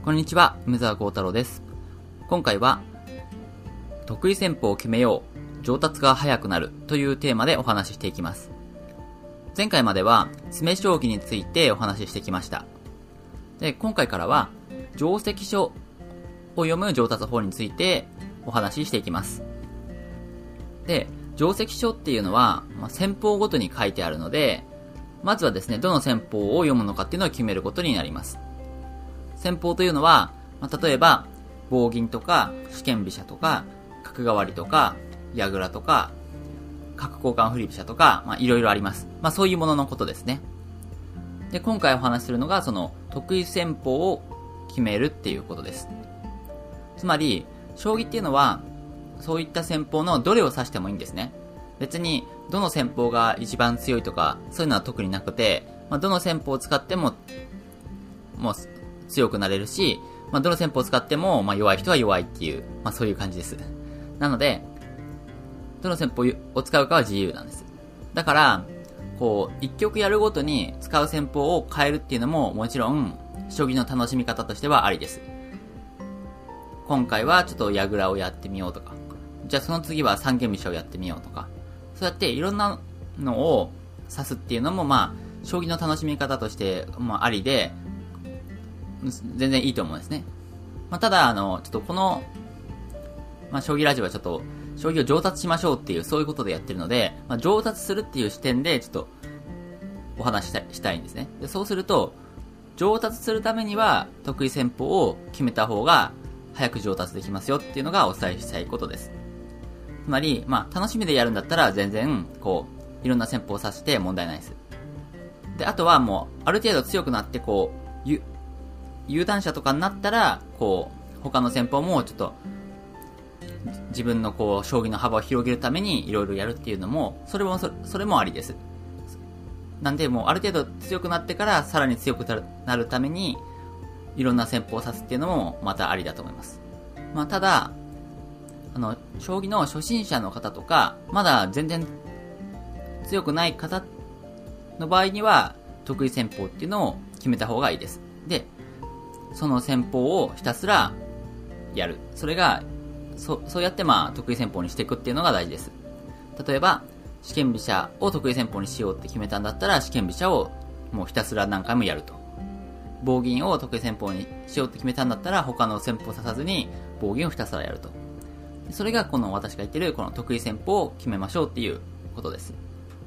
こんにちは、梅澤幸太郎です。今回は、得意戦法を決めよう、上達が早くなるというテーマでお話ししていきます。前回までは、詰将棋についてお話ししてきました。で、今回からは、定跡書を読む上達法についてお話ししていきます。で、定跡書っていうのは、戦法ごとに書いてあるので、まずはですね、どの戦法を読むのかっていうのを決めることになります。戦法というのは、例えば、棒銀とか、四間飛車とか、角換わりとか、矢倉とか、角交換振り飛車とか、いろいろあります。そういうもののことですね。で、今回お話しするのが、その、得意戦法を決めるっていうことです。つまり、将棋っていうのは、そういった戦法のどれを指してもいいんですね。別に、どの戦法が一番強いとか、そういうのは特になくて、どの戦法を使っても、もう、強くなれるし、どの戦法を使っても、弱い人は弱いっていう、そういう感じです。なので、どの戦法を使うかは自由なんです。だから、一局やるごとに使う戦法を変えるっていうのも、もちろん、将棋の楽しみ方としてはありです。今回はちょっと矢倉をやってみようとか、じゃあその次は三間飛車をやってみようとか、そうやっていろんなのを指すっていうのも、将棋の楽しみ方として、ありで、全然いいと思うんですね。ただ、ちょっとこの、将棋ラジオはちょっと、将棋を上達しましょうっていう、そういうことでやってるので、上達するっていう視点で、ちょっと、お話したいんですね。で、そうすると、上達するためには、得意戦法を決めた方が、早く上達できますよっていうのがお伝えしたいことです。つまり、楽しみでやるんだったら、全然、いろんな戦法を指して問題ないです。で、あとはもう、ある程度強くなって、有段者とかになったら、他の戦法もちょっと、自分の将棋の幅を広げるためにいろいろやるっていうのも、それもありです。なんで、もうある程度強くなってからさらに強くなるために、いろんな戦法を指すっていうのもまたありだと思います。ただ、将棋の初心者の方とか、まだ全然強くない方の場合には、得意戦法っていうのを決めた方がいいです。で、その戦法をひたすらやる。それが、そうやって得意戦法にしていくっていうのが大事です。例えば、四間飛車を得意戦法にしようって決めたんだったら、四間飛車をもうひたすら何回もやると。棒銀を得意戦法にしようって決めたんだったら、他の戦法を指さずに、棒銀をひたすらやると。それがこの私が言ってる、この得意戦法を決めましょうっていうことです。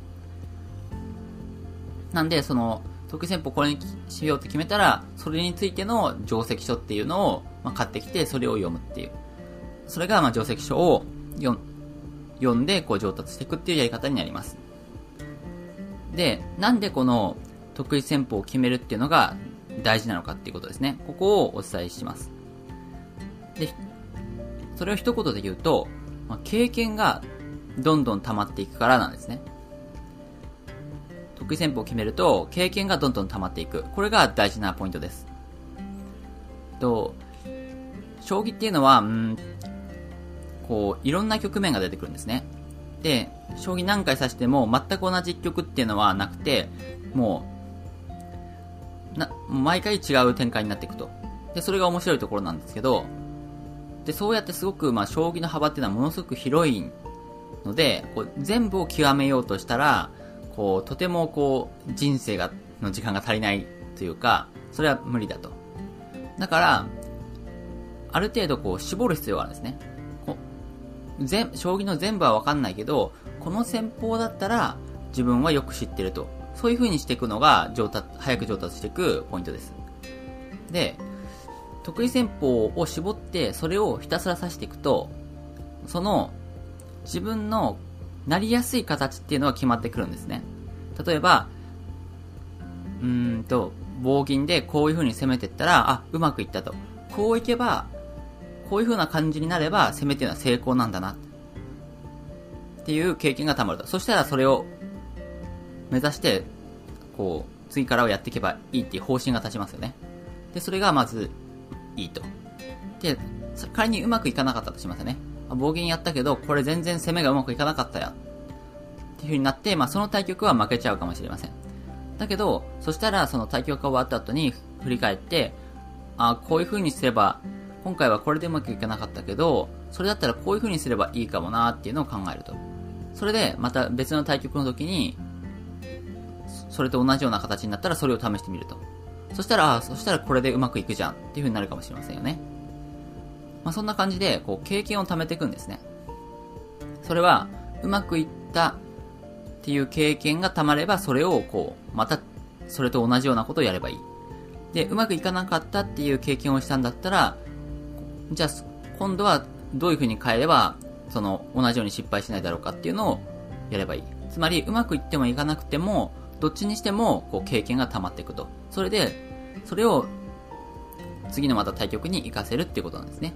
なんで、得意戦法これにしようって決めたら、それについての定跡書っていうのを、買ってきて、それを読むっていう。それが、定跡書を読んで、上達していくっていうやり方になります。で、なんでこの得意戦法を決めるっていうのが大事なのかっていうことですね。ここをお伝えします。で、それを一言で言うと、経験がどんどん溜まっていくからなんですね。得意戦法を決めると、経験がどんどん溜まっていく。これが大事なポイントです。将棋っていうのは、いろんな局面が出てくるんですね。で、将棋何回指しても全く同じ局っていうのはなくて、もう毎回違う展開になっていくと。で、それが面白いところなんですけど、で、そうやってすごく、将棋の幅っていうのはものすごく広いので、全部を極めようとしたら、とても人生の時間が足りないというか、それは無理だと。だから、ある程度絞る必要があるんですね。将棋の全部は分かんないけど、この戦法だったら自分はよく知ってると。そういう風にしていくのが早く上達していくポイントです。で、得意戦法を絞ってそれをひたすら指していくと、自分のなりやすい形っていうのは決まってくるんですね。例えば、棒銀でこういう風に攻めていったら、うまくいったと。こういけば、こういう風な感じになれば攻めっていうのは成功なんだなっていう経験がたまると。そしたらそれを目指して次からはやっていけばいいっていう方針が立ちますよね。で、それがまずいいと。で、仮にうまくいかなかったとしますよね。棒銀やったけどこれ全然攻めがうまくいかなかったやっていう風になって、その対局は負けちゃうかもしれません。だけど、そしたらその対局が終わった後に振り返って、 こういう風にすれば、今回はこれでうまくいかなかったけど、それだったらこういう風にすればいいかもなっていうのを考えると。それで、また別の対局の時に、それと同じような形になったらそれを試してみると。そしたらこれでうまくいくじゃんっていう風になるかもしれませんよね。そんな感じで、経験を貯めていくんですね。それは、うまくいったっていう経験が貯まれば、それをまた、それと同じようなことをやればいい。で、うまくいかなかったっていう経験をしたんだったら、じゃあ、今度はどういう風に変えれば、同じように失敗しないだろうかっていうのをやればいい。つまり、うまくいってもいかなくても、どっちにしても、経験が溜まっていくと。それで、それを、次のまた対局に活かせるっていうことなんですね。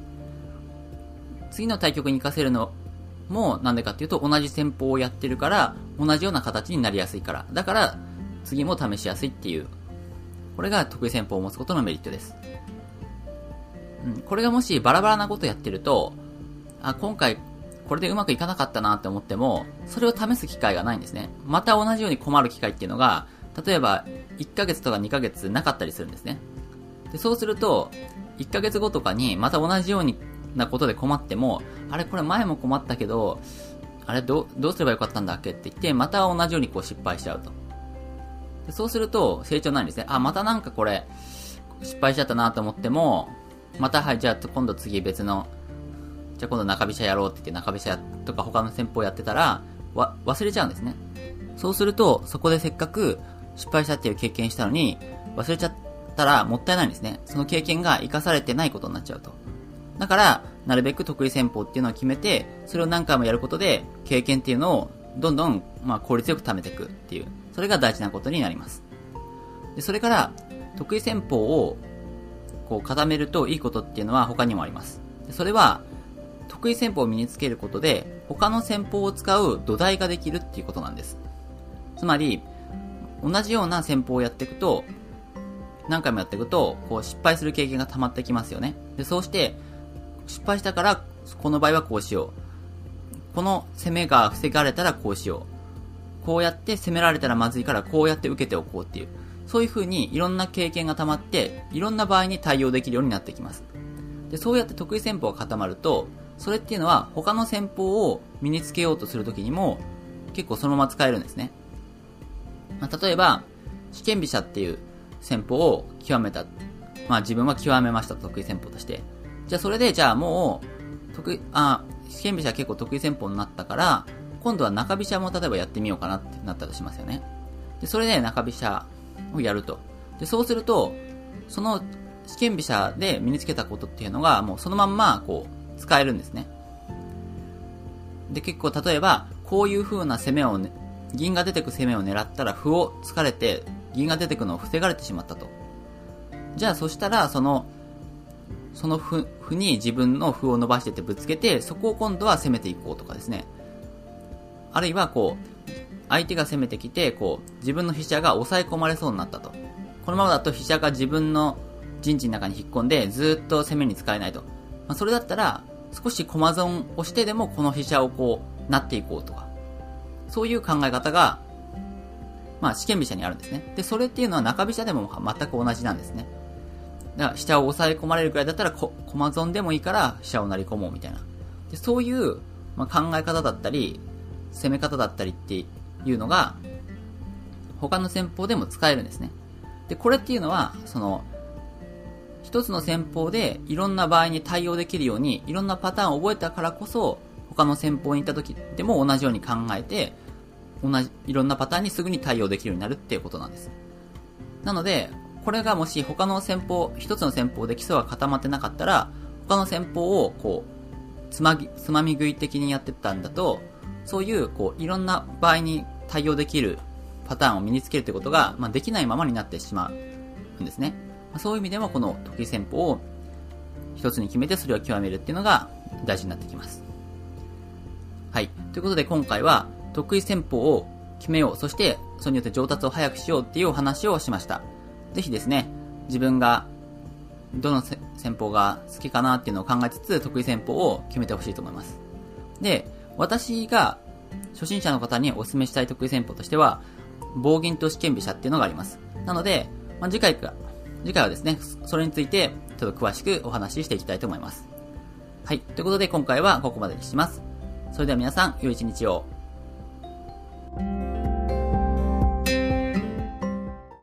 次の対局に活かせるのも、なんでかっていうと、同じ戦法をやってるから、同じような形になりやすいから。だから、次も試しやすいっていう。これが得意戦法を持つことのメリットです。これがもしバラバラなことやってると、今回、これでうまくいかなかったなって思っても、それを試す機会がないんですね。また同じように困る機会っていうのが、例えば、1ヶ月とか2ヶ月なかったりするんですね。で、そうすると、1ヶ月後とかに、また同じようなことで困っても、これ前も困ったけど、どうすればよかったんだっけって言って、また同じように失敗しちゃうと。でそうすると、成長ないんですね。またなんかこれ、失敗しちゃったなと思っても、またじゃあ今度次別の、じゃあ今度中飛車やろうって言って中飛車とか他の戦法やってたら、忘れちゃうんですね。そうすると、そこでせっかく失敗したっていう経験したのに、忘れちゃったらもったいないんですね。その経験が活かされてないことになっちゃうと。だから、なるべく得意戦法っていうのを決めて、それを何回もやることで、経験っていうのをどんどん、効率よく貯めていくっていう、それが大事なことになります。で、それから、得意戦法を、固めるといいことっていうのは他にもあります。でそれは、得意戦法を身につけることで、他の戦法を使う土台ができるっていうことなんです。つまり、同じような戦法をやっていくと、何回もやっていくと、失敗する経験が溜まってきますよね。で、そうして、失敗したから、この場合はこうしよう。この攻めが防がれたらこうしよう。こうやって攻められたらまずいからこうやって受けておこうっていう。そういう風にいろんな経験が溜まって、いろんな場合に対応できるようになってきます。で、そうやって得意戦法が固まると、それっていうのは他の戦法を身につけようとするときにも結構そのまま使えるんですね。例えば、四間飛車っていう戦法を極めた。自分は極めました、得意戦法として。じゃあそれで、もう、四間飛車結構得意戦法になったから、今度は中飛車も例えばやってみようかなってなったとしますよね。で、それで中飛車をやると。で、そうすると、その四間飛車で身につけたことっていうのが、もうそのまんま、使えるんですね。で、結構例えば、こういう風な攻めを、銀が出てく攻めを狙ったら歩を突かれて、銀が出てくのを防がれてしまったと。じゃあそしたら、その歩に自分の歩を伸ばしてってぶつけて、そこを今度は攻めていこうとかですね。あるいは相手が攻めてきて、自分の飛車が抑え込まれそうになったと。このままだと飛車が自分の陣地の中に引っ込んで、ずっと攻めに使えないと。それだったら、少し駒損をしてでもこの飛車をなっていこうとか。そういう考え方が、四間飛車にあるんですね。で、それっていうのは中飛車でも全く同じなんですね。だから飛車を抑え込まれるくらいだったら駒損でもいいから飛車を成り込もうみたいな。で、そういう、考え方だったり、攻め方だったりっていうのが、他の戦法でも使えるんですね。で、これっていうのは、一つの戦法でいろんな場合に対応できるように、いろんなパターンを覚えたからこそ、他の戦法に行った時でも同じように考えて、いろんなパターンにすぐに対応できるようになるっていうことなんです。なので、これがもし他の戦法、一つの戦法で基礎が固まってなかったら、他の戦法をつまみ食い的にやってったんだと、そういういろんな場合に対応できるパターンを身につけるということが、できないままになってしまうんですね。そういう意味でもこの得意戦法を一つに決めてそれを極めるっていうのが大事になってきます。はい。ということで今回は得意戦法を決めよう。そしてそれによって上達を早くしようっていうお話をしました。ぜひですね、自分がどの戦法が好きかなっていうのを考えつつ得意戦法を決めてほしいと思います。で、私が初心者の方にお勧めしたい得意戦法としては、棒銀と四間飛車っていうのがあります。なので、次回か次回はですね、それについてちょっと詳しくお話ししていきたいと思います。はい。ということで今回はここまでにします。それでは皆さん、良い一日を。